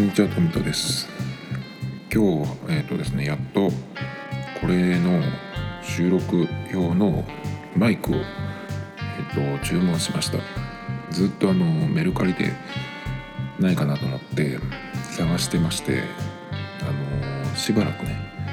にちは、トミトです。今日ですね、やっとこれの収録用のマイクを注文しました。ずっとメルカリでないかなと思って探してまして、しばらくね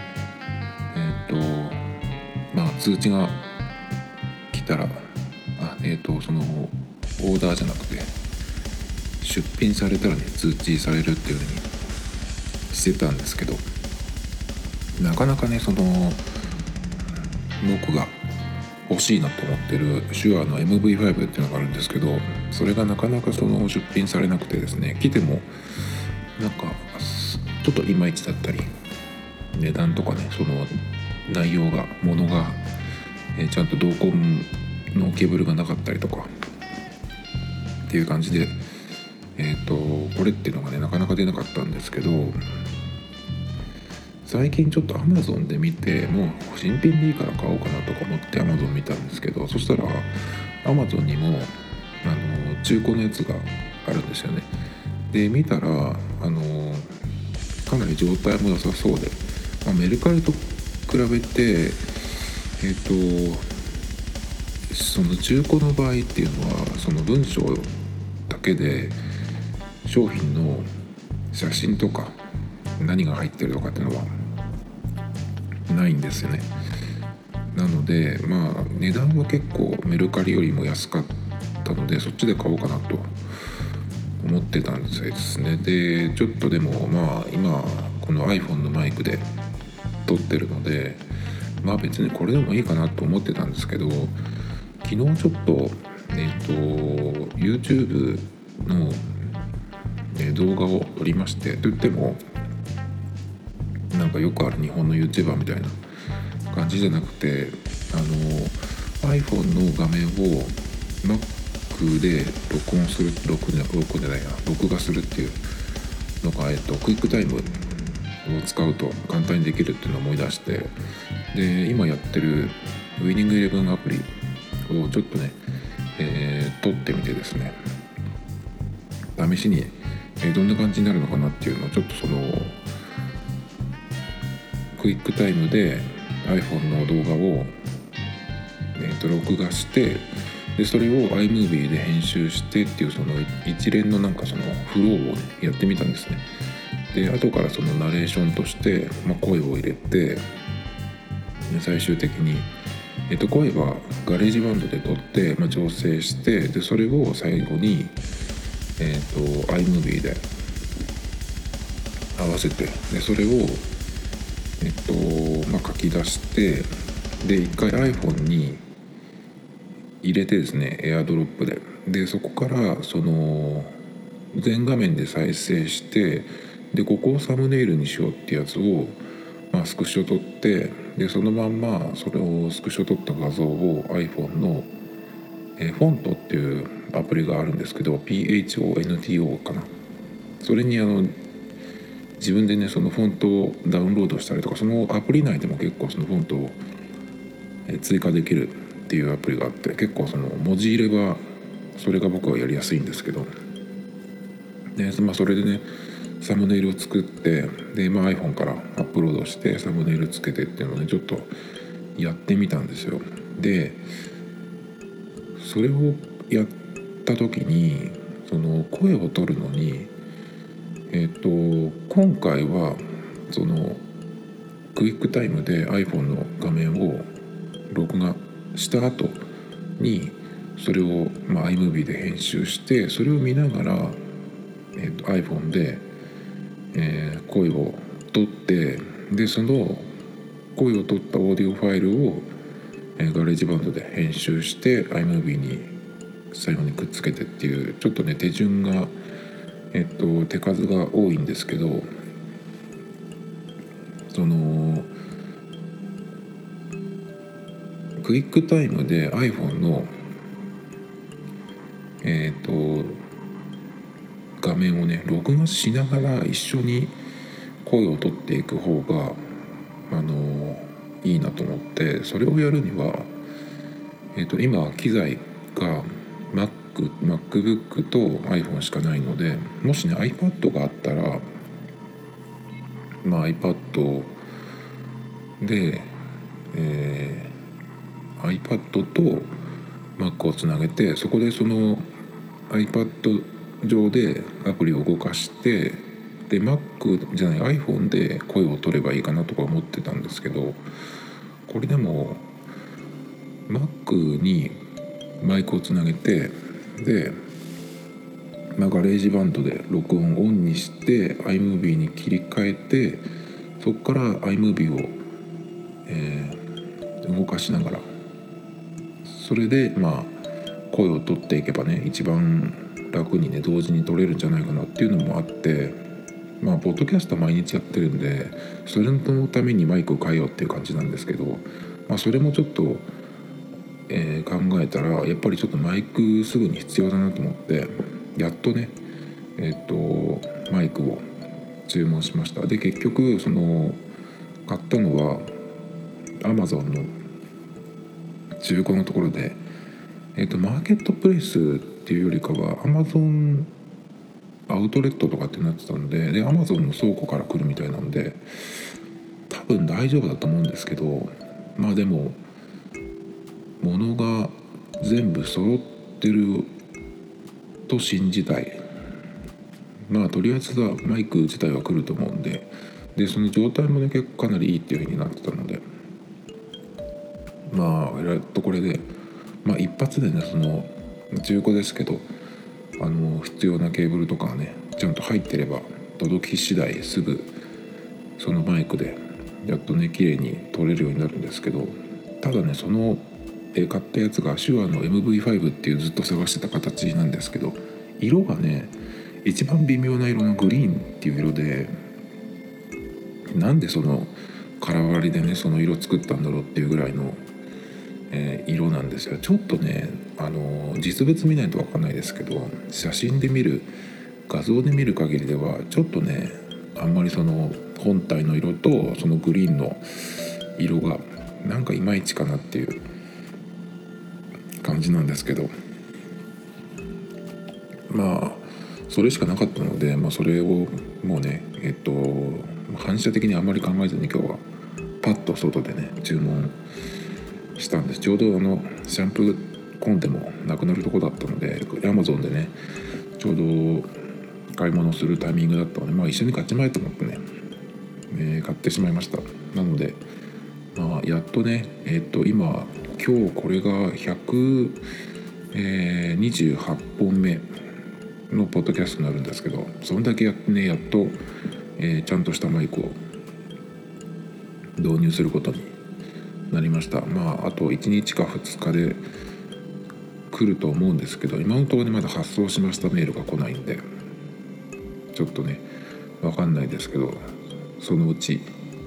通知が来たらそのオーダーじゃなくて出品されたらね通知されるっていう風にしてたんですけど、なかなかね僕が欲しいなと思ってる手話の MV5 っていうのがあるんですけど、それがなかなか出品されなくてですね、来てもなんかちょっといまいちだったり、値段とかね内容が物が、ちゃんと同梱のケーブルがなかったりとかっていう感じでこれっていうのがねなかなか出なかったんですけど、最近ちょっと Amazon で見て、もう新品でいいから買おうかなとか思って Amazon 見たんですけど、そしたら Amazon にも中古のやつがあるんですよね。で見たらかなり状態も良さそうで、メルカリと比べてその中古の場合っていうのはその文章だけで商品の写真とか何が入ってるとかっていうのはないんですよね。なので値段は結構メルカリよりも安かったので、そっちで買おうかなと思ってたんですね。でちょっとでも今この iPhone のマイクで撮ってるので別にこれでもいいかなと思ってたんですけど、昨日ちょっとYouTube の動画を撮りまして、といってもなんかよくある日本の YouTuber みたいな感じじゃなくて、iPhone の画面を Mac で録画するっていうのが、クイックタイムを使うと簡単にできるっていうのを思い出して、で今やってるウイニングイレブンアプリをちょっとね、撮ってみてですね、試しに、どんな感じになるのかなっていうのをちょっとクイックタイムで iPhone の動画を、録画して、でそれを iMovie で編集してっていう一連のフローを、やってみたんですね。で後からナレーションとして、声を入れて、最終的に、声はガレージバンドで撮って、調整して、でそれを最後に、iMovie で合わせて、でそれを書き出して、で一回 iPhone に入れてですね、AirDrop でそこから全画面で再生して、でここをサムネイルにしようってやつを、スクショ撮って、でそのまんまそれをスクショ撮った画像を iPhone の、フォントっていうアプリがあるんですけど、 PHONTO かな、それに自分でねそのフォントをダウンロードしたりとか、そのアプリ内でも結構そのフォントを追加できるっていうアプリがあって、結構文字入れはそれが僕はやりやすいんですけど、でそれでねサムネイルを作って、でiPhone からアップロードしてサムネイルつけてっていうのをねちょっとやってみたんですよ。でそれをやった時に声を取るのに今回はクイックタイムで iPhone の画面を録画した後にそれを、iMovie で編集して、それを見ながら、iPhone で、声を取って、でその声を取ったオーディオファイルを、ガレージバンドで編集して iMovie に最後にくっつけてっていう、ちょっとね手順が手数が多いんですけど、クイックタイムで iPhone の画面をね録画しながら一緒に声を取っていく方がいいなと思って、それをやるには今機材が MacBook と iPhone しかないので、もしね iPad があったら iPad で、iPad と Mac をつなげて、そこでその iPad 上でアプリを動かして、で Mac じゃない iPhone で声を取ればいいかなとか思ってたんですけど、これでも Mac にマイクをつなげて、で、ガレージバンドで録音オンにして iMovie に切り替えて、そこから iMovie を、動かしながら、それで声を取っていけばね、一番楽にね同時に撮れるんじゃないかなっていうのもあって、ポッドキャスト毎日やってるんで、それのためにマイクを変えようっていう感じなんですけど、それもちょっと、考えたらやっぱりちょっとマイクすぐに必要だなと思って、やっとねマイクを注文しました。で結局その買ったのは Amazon の中古のところで、マーケットプレイスっていうよりかは Amazon アウトレットとかってなってたので、Amazon の倉庫から来るみたいなんで多分大丈夫だと思うんですけど、でも物が全部揃ってると信じたい。とりあえずはマイク自体は来ると思うんで、その状態もね結構かなりいいっていう風になってたので、やっとこれで一発でね、その中古ですけど必要なケーブルとかねちゃんと入ってれば届き次第すぐそのマイクでやっとね綺麗に撮れるようになるんですけど、ただねその買ったやつが手話の MV5 っていうずっと探してた形なんですけど、色がね一番微妙な色のグリーンっていう色で、なんでそのカラー割りでねその色作ったんだろうっていうぐらいの、色なんですよ。ちょっとね実物見ないと分かんないですけど、写真で見る画像で見る限りではちょっとねあんまりその本体の色とそのグリーンの色がなんかいまいちかなっていう感じなんですけど、それしかなかったので、それをもうね反射的にあまり考えずに今日はパッと外でね注文したんです。ちょうどシャンプーコンテもなくなるとこだったので Amazon でねちょうど買い物するタイミングだったので、一緒に買っちまえと思ってね、買ってしまいました。なのでやっとね今日これが128本目のポッドキャストになるんですけど、それだけやってねやっと、ちゃんとしたマイクを導入することになりました。あと1日か2日で来ると思うんですけど、今のところにまだ発送しましたメールが来ないんでちょっとね分かんないですけど、そのうち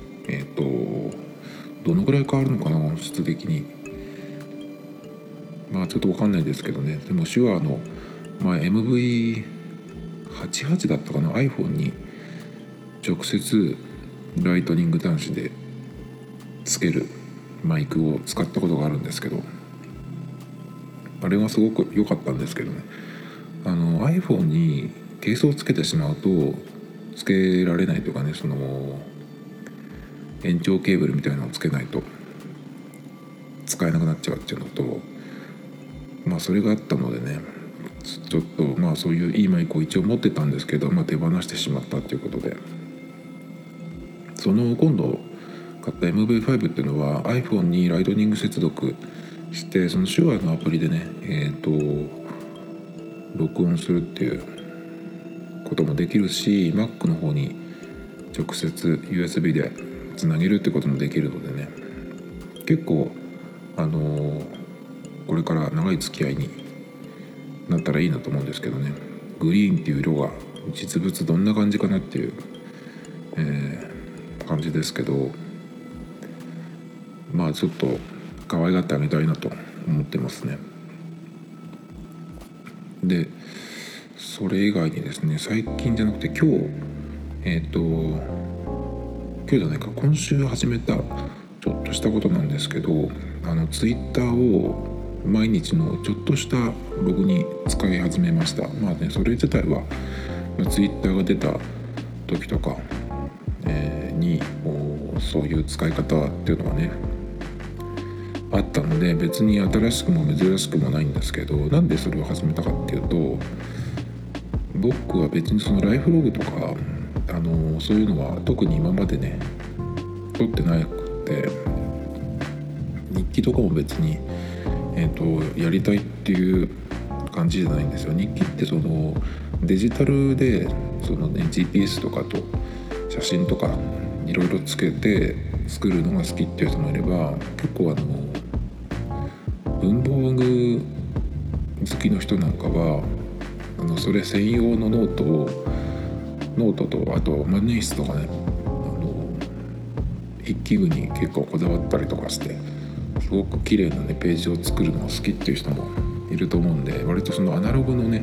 どのぐらい変わるのかな音質的にちょっと分かんないですけどね。でも手話の、MV88 だったかな iPhone に直接ライトニング端子でつけるマイクを使ったことがあるんですけど、あれはすごく良かったんですけどね、iPhone にケースをつけてしまうとつけられないとかね、その延長ケーブルみたいなのをつけないと使えなくなっちゃうっていうのと、それがあったのでねちょっとそういういいマイクを一応持ってたんですけど、手放してしまったっていうことで、その今度買った MV5 っていうのは iPhone にライトニング接続してその手話のアプリでね録音するっていうこともできるし、 Mac の方に直接 USB でつなげるってこともできるのでね、結構これから長い付き合いになったらいいなと思うんですけどね。グリーンっていう色が実物どんな感じかなっていう、感じですけど、ちょっと可愛がってあげたいなと思ってますね。でそれ以外にですね、最近じゃなくて今日じゃないか今週始めたちょっとしたことなんですけど、ツイッターを毎日のちょっとしたログに使い始めました。それ自体はツイッターが出た時とか、 にそういう使い方っていうのがねあったので、別に新しくも珍しくもないんですけど、なんでそれを始めたかっていうと、僕は別にそのライフログとかそういうのは特に今までね取ってなくて、日記とかも別に、やりたいっていう感じじゃないんですよ。日記ってそのデジタルでその、ね、GPS とかと写真とかいろいろつけて作るのが好きっていう人もいれば、結構文房具好きの人なんかはそれ専用のノートとあと万年筆とかね筆記具に結構こだわったりとかして、すごく綺麗なねページを作るのが好きっていう人もいると思うんで、割とそのアナログのね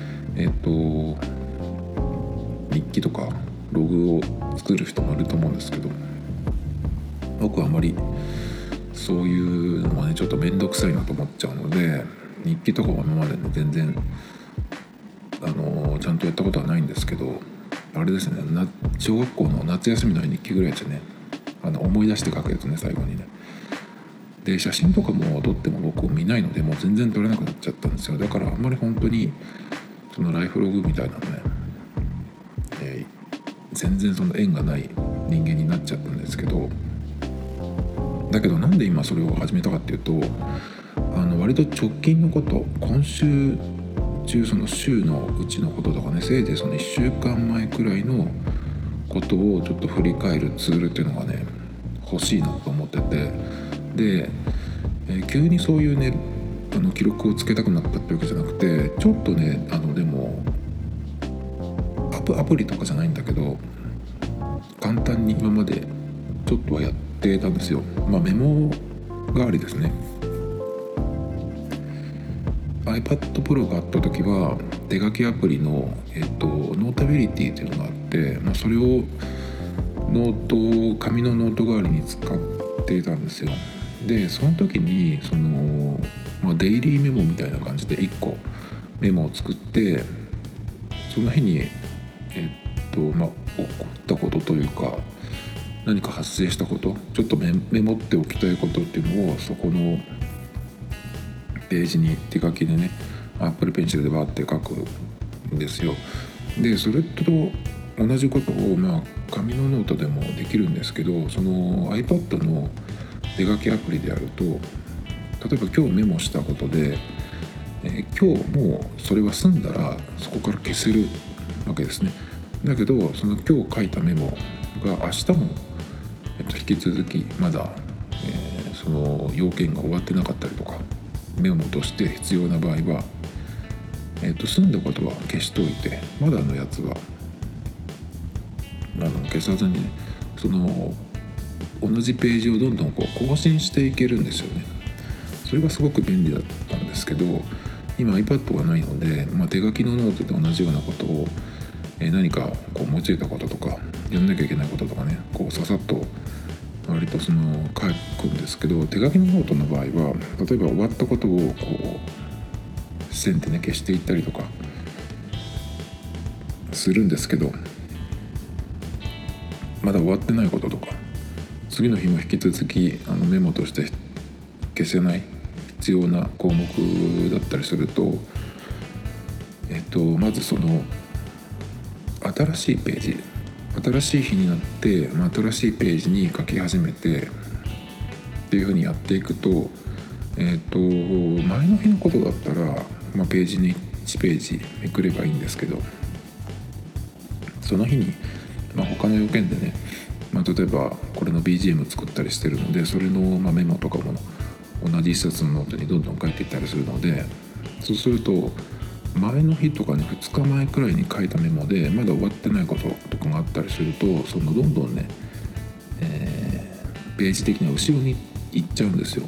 日記とかログを作る人もいると思うんですけど、僕はあまりそういうのはねちょっと面倒くさいなと思っちゃうので、日記とかは今までね全然ちゃんとやったことはないんですけど、あれですね、小学校の夏休みの日記ぐらいですね、思い出して書くやつね、最後にね。で写真とかも撮っても僕見ないので、もう全然撮れなくなっちゃったんですよ。だからあんまり本当にそのライフログみたいなのね、全然その縁がない人間になっちゃったんですけど、だけどなんで今それを始めたかっていうと、割と直近のこと、今週中その週のうちのこととかね、せいぜいその1週間前くらいのことをちょっと振り返るツールっていうのがね欲しいなと思ってて、で、急にそういうね記録をつけたくなったってわけじゃなくて、ちょっとねでもアプリとかじゃないんだけど、簡単に今までちょっとはやってたんですよ。メモ代わりですね。 iPad Pro があった時は手書きアプリの、ノータビリティっていうのがあって、それを紙のノート代わりに使っていたんですよ。でその時にデイリーメモみたいな感じで1個メモを作って、その日に起こったことというか、何か発生したこと、ちょっとメモっておきたいことっていうのをそこのページに手書きでね Apple Pencil でバーって書くんですよ。でそれと同じことを紙のノートでもできるんですけど、その iPad の手書きアプリでやると、例えば今日メモしたことで、今日もうそれは済んだらそこから消せるわけですね。だけどその今日書いたメモが明日も、引き続きまだ、その要件が終わってなかったりとか、メモとして必要な場合は、済んだことは消しといて、まだのやつは消さずにね、その同じページをどんどん更新していけるんですよね。それがすごく便利だったんですけど、今 iPad がないので、手書きのノートで同じようなことを、何か思いついたこととかやんなきゃいけないこととかね、ささっと割と書くんですけど、手書きのノートの場合は例えば終わったことを線でね消していったりとかするんですけど、まだ終わってないこととか次の日も引き続きメモとして消せない必要な項目だったりすると、まずその新しいページ、新しい日になって、新しいページに書き始めてっていう風にやっていくと、前の日のことだったら、ページに1ページめくればいいんですけど、その日に、他の要件でね、例えばこれの BGM 作ったりしてるので、それの、メモとかも同じ一冊のノートにどんどん書いていったりするので、そうすると前の日とかね2日前くらいに書いたメモでまだ終わってないこととかがあったりすると、そのどんどんね、ページ的には後ろに行っちゃうんですよ。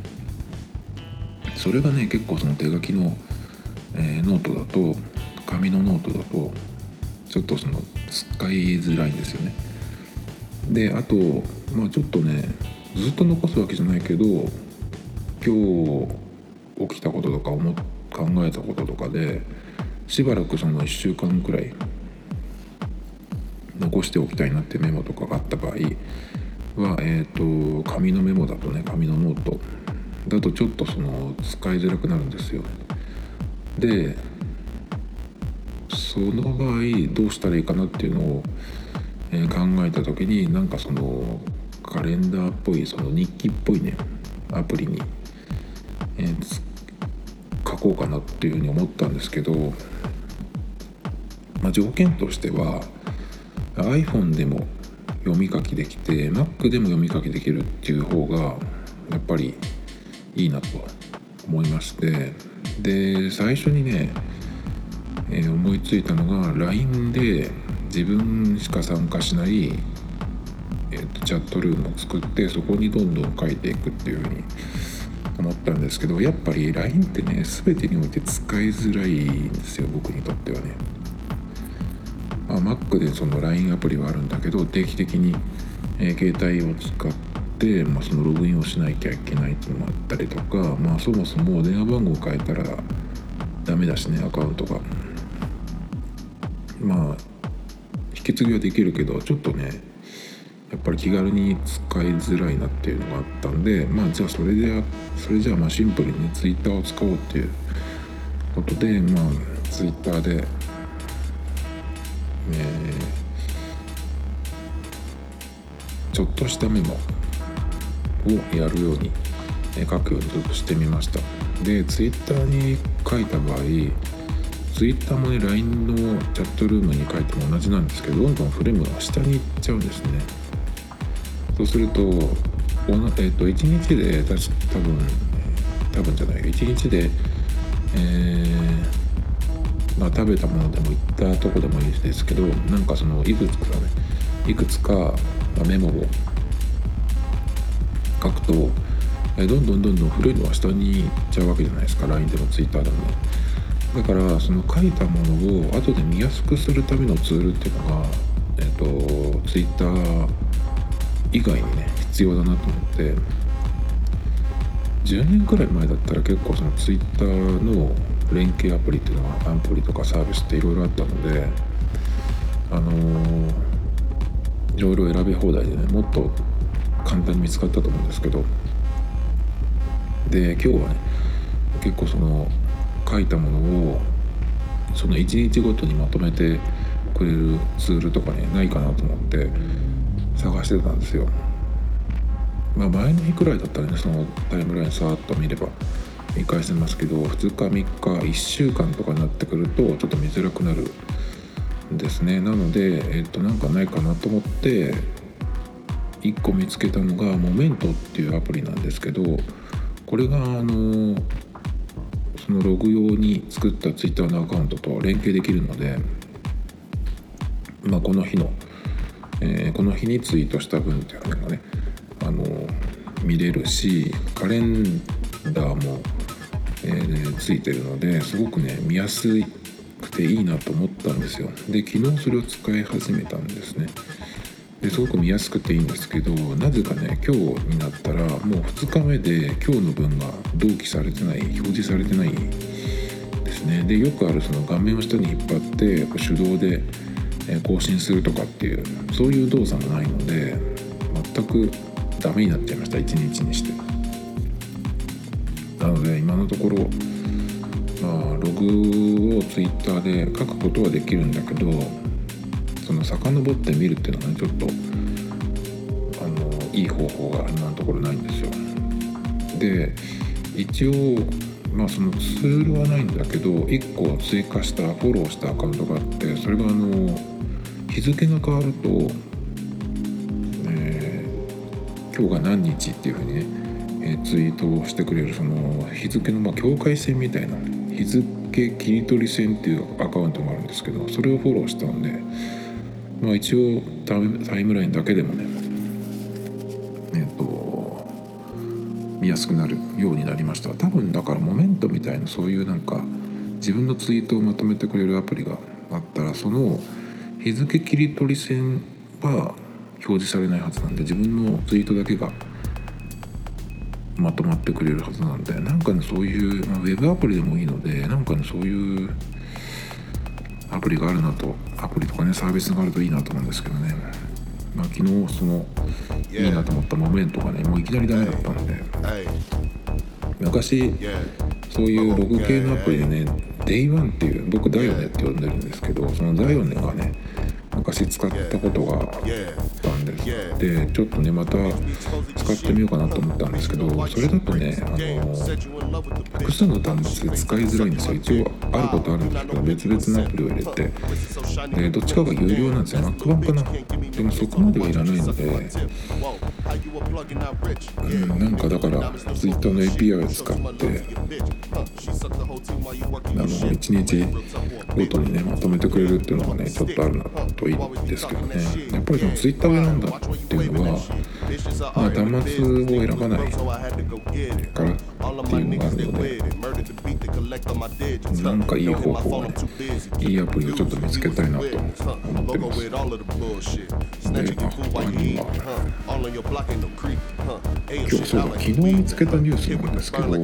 それがね結構その手書きの、ノートだと、紙のノートだとちょっとその使いづらいんですよね。であとちょっとねずっと残すわけじゃないけど、今日起きたこととか考えたこととかでしばらくその1週間くらい残しておきたいなってメモとかがあった場合は、紙のメモだとね、紙のノートだとちょっとその使いづらくなるんですよ。でその場合どうしたらいいかなっていうのを、考えた時に、なんかそのカレンダーっぽい、その日記っぽいねアプリに、書こうかなっていうふうに思ったんですけど、条件としては iPhone でも読み書きできて Mac でも読み書きできるっていう方がやっぱりいいなと思いまして、で最初にね、思いついたのが LINE で自分しか参加しない、チャットルームを作って、そこにどんどん書いていくっていうふうに思ったんですけど、やっぱり LINE ってね全てにおいて使いづらいんですよ、僕にとってはね。Mac でその LINE アプリはあるんだけど、定期的に、携帯を使って、そのログインをしなきゃいけないっていうのもあったりとか、そもそも電話番号を変えたらダメだしね、アカウントが。引き継ぎはできるけど、ちょっとねやっぱり気軽に使いづらいなっていうのがあったんで、じゃあそれじゃあシンプルにね Twitter を使おうっていうことで、Twitter で、ちょっとしたメモをやるように、書くようにちょっとしてみました。で Twitter に書いた場合、Twitter もね LINE のチャットルームに書いても同じなんですけど、どんどんフレームが下に行っちゃうんですね。そうすると1日で多分じゃない1日で、食べたものでも行ったとこでもいいですけど、なんかそのいくつかメモを書くと、どんどん古いのは下に行っちゃうわけじゃないですか、 LINE でも Twitter でもね。だからその書いたものを後で見やすくするためのツールっていうのが、Twitter 以外にね必要だなと思って、10年くらい前だったら結構その Twitter の連携アプリっていうのが、アプリとかサービスっていろいろあったので、いろいろ選び放題でね、もっと簡単に見つかったと思うんですけど、で今日はね結構その書いたものをその1日ごとにまとめてくれるツールとかねないかなと思って探してたんですよ。前の日くらいだったらね、そのタイムラインさーっと見れば見返せますけど、2日3日1週間とかになってくるとちょっと見づらくなるんですね。なのでなんかないかなと思って1個見つけたのがモメントっていうアプリなんですけど、これがそのログ用に作った Twitter のアカウントと連携できるので、この日にツイートした分っていうのがね見れるし、カレンダーも、ついてるので、すごくね見やすくていいなと思ったんですよ。で昨日それを使い始めたんですね。ですごく見やすくていいんですけど、なぜかね今日になったらもう2日目で今日の分が同期されてない、表示されてないですね。でよくあるその画面を下に引っ張って手動で更新するとかっていう、そういう動作がないので全くダメになっちゃいました、1日にして。なので今のところログを Twitter で書くことはできるんだけど、その遡って見るっていうのがねちょっといい方法が今のところないんですよ。で一応そのツールはないんだけど1個追加したフォローしたアカウントがあって、それが日付が変わると、今日が何日っていう風にね、ツイートをしてくれるその日付の境界線みたいな日付切り取り線っていうアカウントがあるんですけど、それをフォローしたんで、一応タイムラインだけでもね見やすくなるようになりました。多分だからモメントみたいな、そういうなんか自分のツイートをまとめてくれるアプリがあったら、その日付切り取り線は表示されないはずなんで、自分のツイートだけがまとまってくれるはずなんで、なんかねそういう、ウェブアプリでもいいので、なんかねそういうアプリがあるのとアプリとかねサービスがあるといいなと思うんですけどね。昨日そのいいなと思ったモメントがねもういきなりダメだったんで、昔そういうログ系のアプリでねデイワンっていう、僕ダイオネって呼んでるんですけど、そのダイオネがね昔使ったことがあったんです。でちょっとねまた使ってみようかなと思ったんですけど、それだとね複数の端末で使いづらいんですよ。一応あることあるんですけど別々のアプリを入れて、でどっちかが有料なんですよ。 Mac 版かな。でもそこまではいらないので、なんかだから Twitter の API を使って1日ごとにねまとめてくれるっていうのがねちょっとあるなといいんですけどね。やっぱりその Twitter を選んだっていうのは、端末を選ばないからっていうのがあるので、なんかいい方法がね、いいアプリをちょっと見つけたいなと思ってます。で、他には今日そうだ、昨日見つけたニュースなんですけど、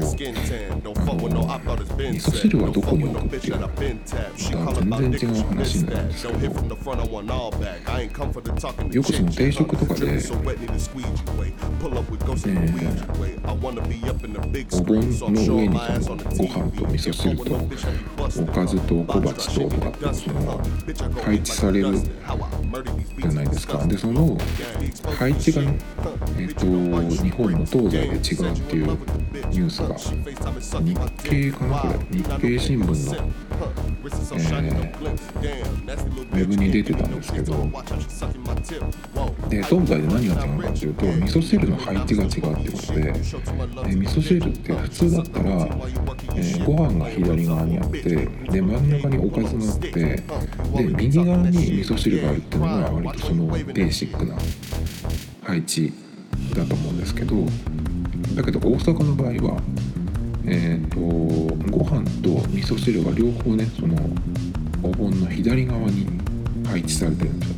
味噌汁はどこに置くっていうまた全然違う話になるんですけど、よくその定食とかで、お盆の上にそのご飯と味噌汁とおかずと小鉢ととかってその配置されるじゃないですか。でその配置がね、日本の東西で違うっていうニュースが日経かな、これ日経新聞の、ウェブに出てたんですけど、で東西で何が違うかっていうと、味噌汁の配置が違うってことで、味噌汁って普通だったら、ご飯が左側にあって、で真ん中におかずがあって、で右側に味噌汁があるっていうのが割とそのベーシックな配置だと思うんですけど、だけど大阪の場合はご飯と味噌汁が両方ねそのお盆の左側に配置されてるんですよ。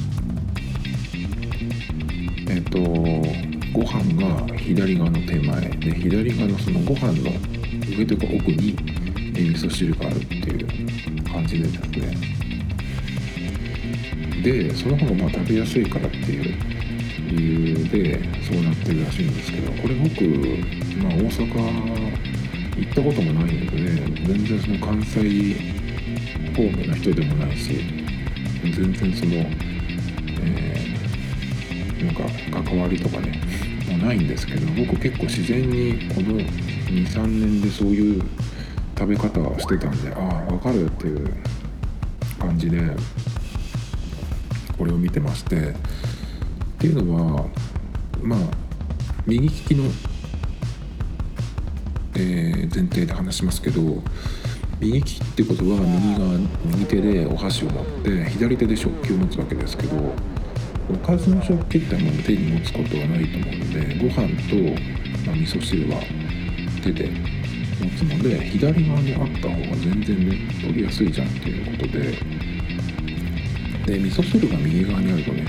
ご飯が左側の手前で、左側のそのご飯の上というか奥に味噌汁があるっていう感じでですね。でその方がまあ食べやすいからっていう理由でそうなってるらしいんですけど、これ僕、大阪行ったこともないのでね、全然その関西方面の人でもないし、全然その、なんか関わりとかねもうないんですけど、僕結構自然にこの 2,3 年でそういう食べ方をしてたんで、ああ分かるっていう感じでこれを見てまして、っていうのは右利きの、前提で話しますけど、右利きってことは右手でお箸を持って左手で食器を持つわけですけど、おかずの食器ってもう手に持つことはないと思うので、ご飯と、味噌汁は手で持つので、左側にあった方が全然ね取りやすいじゃんっていうことで、味噌汁が右側にあるとね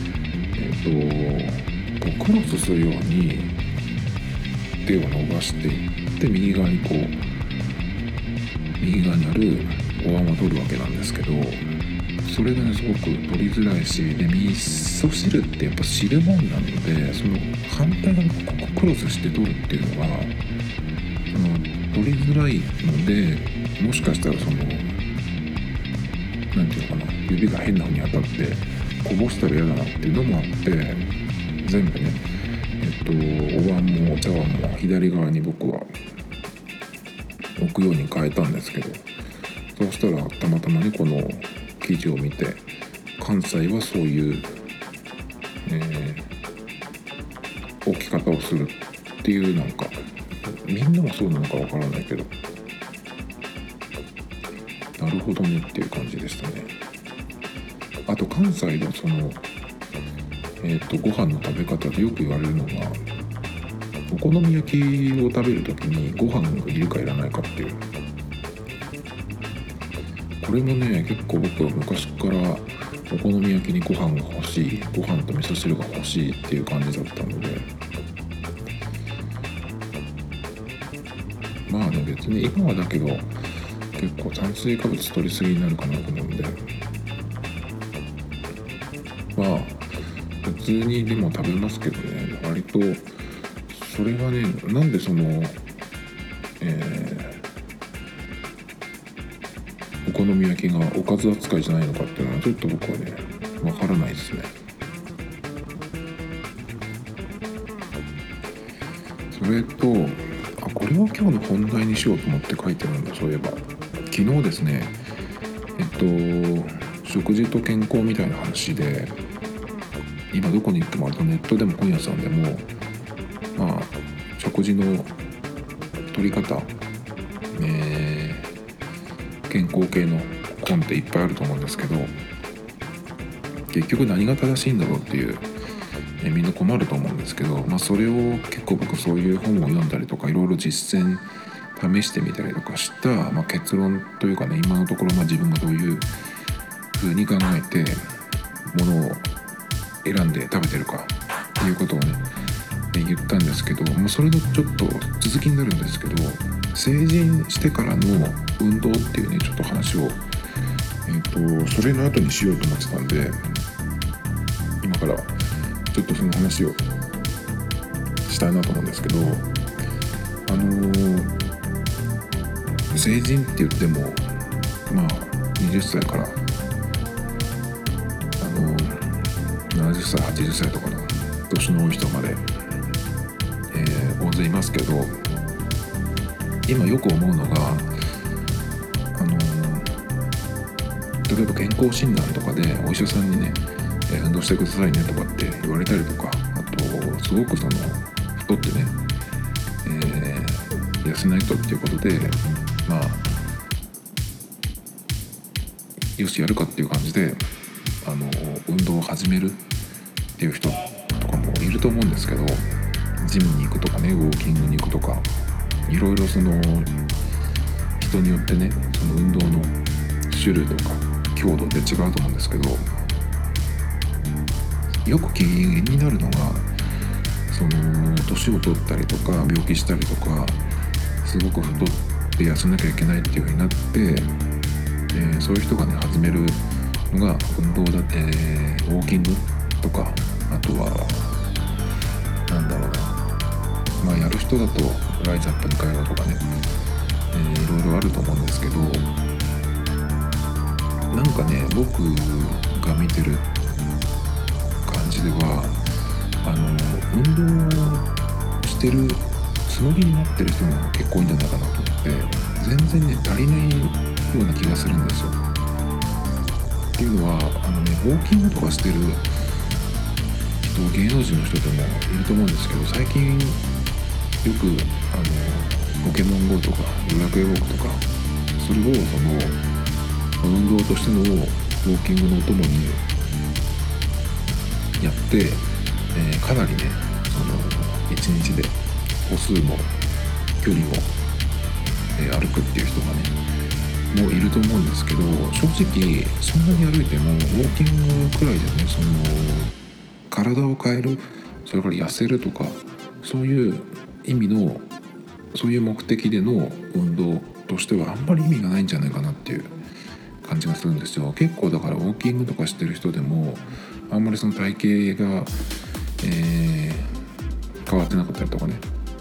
クロスするように手を伸ばしていって右側にあるお椀を取るわけなんですけど、それがねすごく取りづらいし、で味噌汁ってやっぱ汁物なので、その反対側にクロスして取るっていうのが取りづらいので、もしかしたらそのなんていうのかな、指が変な風に当たってこぼしたら嫌だなっていうのもあって、全部ねお椀もお茶碗も左側に僕は置くように変えたんですけど、そうしたらたまたまねこの記事を見て、関西はそういう、置き方をするっていう、なんかみんなもそうなのかわからないけど、なるほどねっていう感じでしたね。あと関西のそのご飯の食べ方でよく言われるのが、お好み焼きを食べるときにご飯がいるかいらないかっていう、これもね結構僕は昔からお好み焼きにご飯が欲しい、ご飯と味噌汁が欲しいっていう感じだったので、別に今はだけど結結構炭水化物取りすぎになるかなと思うんで、まあ普通にでも食べますけどね。割とそれがね、なんでその、お好み焼きがおかず扱いじゃないのかっていうのはちょっと僕はねわからないですね。それとこれを今日の本題にしようと思って書いてるんだ。そういえば昨日ですね、食事と健康みたいな話で、今どこに行ってもネットでも本屋さんでもまあ食事の取り方、健康系の本っていっぱいあると思うんですけど、結局何が正しいんだろうっていう、みんな困ると思うんですけど、それを結構僕そういう本を読んだりとかいろいろ実践試してみたりとかした、結論というかね、今のところ自分がどういう風に考えてものを選んで食べてるかっていうことをね言ったんですけど、それのちょっと続きになるんですけど、成人してからの運動っていうねちょっと話を、それの後にしようと思ってたんで、今からちょっとその話をしたいなと思うんですけど、成人って言っても20歳から70歳80歳とかの年の多い人まで、大勢いますけど、今よく思うのが例えば健康診断とかでお医者さんにね、運動してくださいねとかって言われたりとか、あとすごく太ってね、痩せないとっていうことでよしやるかっていう感じで運動を始めるっていう人とかもいると思うんですけど、ジムに行くとかね、ウォーキングに行くとか、いろいろその人によってねその運動の種類とか強度って違うと思うんですけど、よく敬遠になるのがその年を取ったりとか病気したりとかすごく太って痩せなきゃいけないっていう風になって、そういう人がね始めるのが運動だって、ウォーキングとか、あとはやる人だとライザップに通うとかね、いろいろあると思うんですけど、なんかね僕が見てる感じでは運動してるつもりになってる人が結構いいんじゃないかなと思って、全然ね足りないような気がするんですよ。っていうのはウォーキングとかしてる人、芸能人の人でもいると思うんですけど、最近よくポケモン GO とかドラクエウォークとか、それを運動としてのウォーキングのお供にやって、かなりね1日で歩数も距離も、歩くっていう人がねもういると思うんですけど、正直そんなに歩いてもウォーキングくらいでね体を変える、それから痩せるとかそういう意味のそういう目的での運動としてはあんまり意味がないんじゃないかなっていう感じがするんですよ。結構だからウォーキングとかしてる人でもあんまりその体型が、変わってなかったりとかね、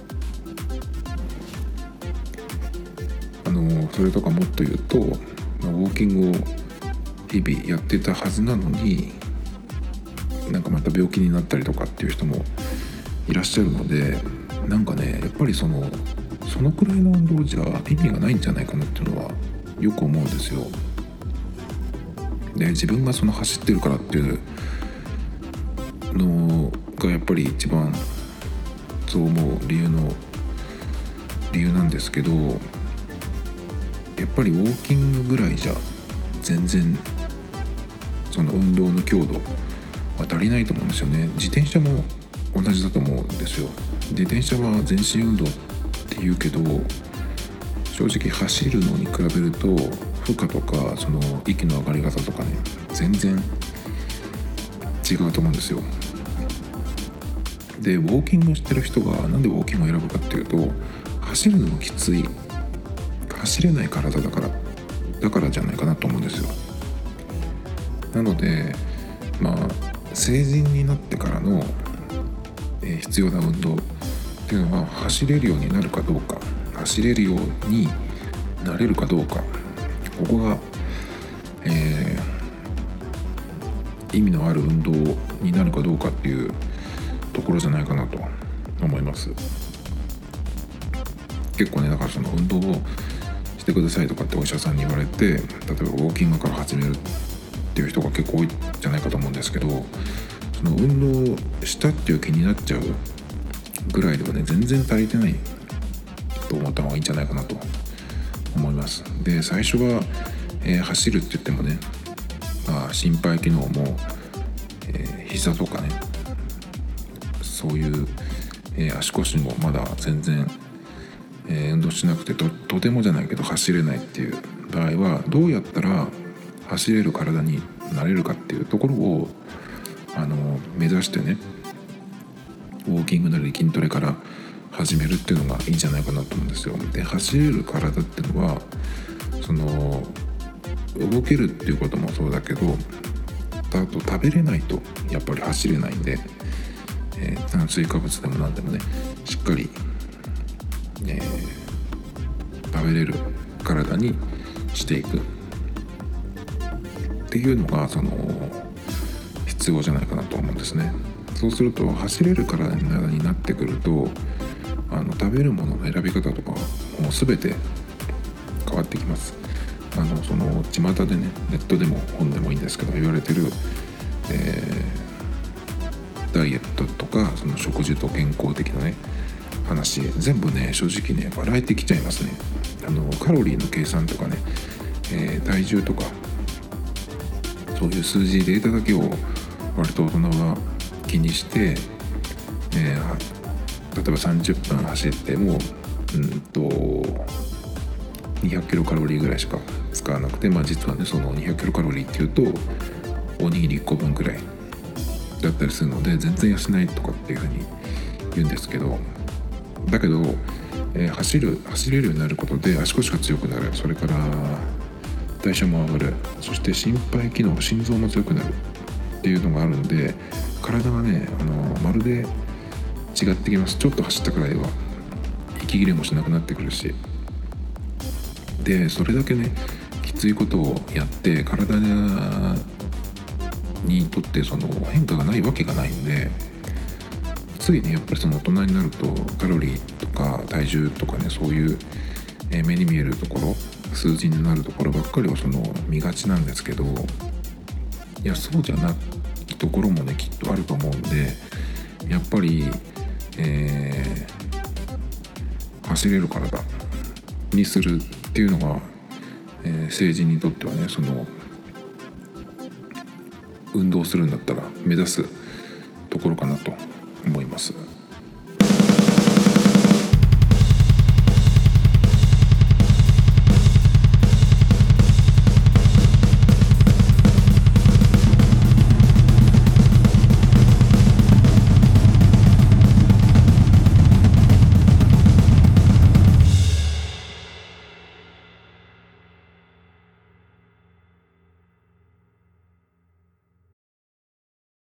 それとかもっと言うと、ウォーキングを日々やってたはずなのにまた病気になったりとかっていう人もいらっしゃるので、やっぱりそのくらいの運動じゃ意味がないんじゃないかなっていうのはよく思うんですよ。で自分が走ってるからっていうのがやっぱり一番そう思う理由なんですけど、やっぱりウォーキングぐらいじゃ全然その運動の強度は足りないと思うんですよね。自転車も同じだと思うんですよ。自転車は全身運動って言うけど、正直走るのに比べると負荷とかその息の上がり方とかね全然違うと思うんですよ。でウォーキングをしてる人がなんでウォーキングを選ぶかっていうと、走るのもきつい、走れない体だからっだからじゃないかなと思うんですよ。なので成人になってからの、必要な運動っていうのは走れるようになるかどうか、走れるようになれるかどうか、ここが、意味のある運動になるかどうかっていうところじゃないかなと思います。結構ね、だからその運動をしてくださいとかってお医者さんに言われて、例えばウォーキングから始めるっていう人が結構多いんじゃないかと思うんですけど、その運動したっていう気になっちゃうぐらいではね、全然足りてないと思った方がいいんじゃないかなと思います。で、最初は、走るって言ってもね、心肺機能も、膝とかね、そういう、足腰もまだ全然、運動しなくて とてもじゃないけど走れないっていう場合は、どうやったら走れる体になれるかっていうところを目指してね、ウォーキングなり筋トレから始めるっていうのがいいんじゃないかなと思うんですよ。で、走れる体っていうのはその動けるっていうこともそうだけど、あと食べれないとやっぱり走れないんで、炭水化物でも何でもね、しっかり、食べれる体にしていくっていうのが必要じゃないかなと思うんですね。そうすると走れる体になってくると、食べるものの選び方とかもう全て変わってきます。巷でね、ネットでも本でもいいんですけど言われてる、ダイエットとかその食事と健康的なね話、全部ね正直ね笑えてきちゃいますね。カロリーの計算とかね、体重とかそういう数字データだけを割と大人は気にして、例えば30分走っても200キロカロリーぐらいしか使わなくて、実はねその200キロカロリーっていうとおにぎり1個分くらいだったりするので、全然痩せないとかっていうふうに言うんですけど、だけど、走れるようになることで足腰が強くなる、それから代謝も上がる、そして心肺機能、心臓も強くなるっていうのがあるんで、体がねまるで違ってきます。ちょっと走ったくらいでは息切れもしなくなってくるし、でそれだけねきついことをやって体にとってその変化がないわけがないんで、ついねやっぱりその大人になるとカロリーとか体重とかね、そういう目に見えるところ、数字になるところばっかりを見がちなんですけど、いやそうじゃないところもねきっとあると思うんで、やっぱり、走れる体にするっていうのが、成人にとってはね運動するんだったら目指すところかなと思います。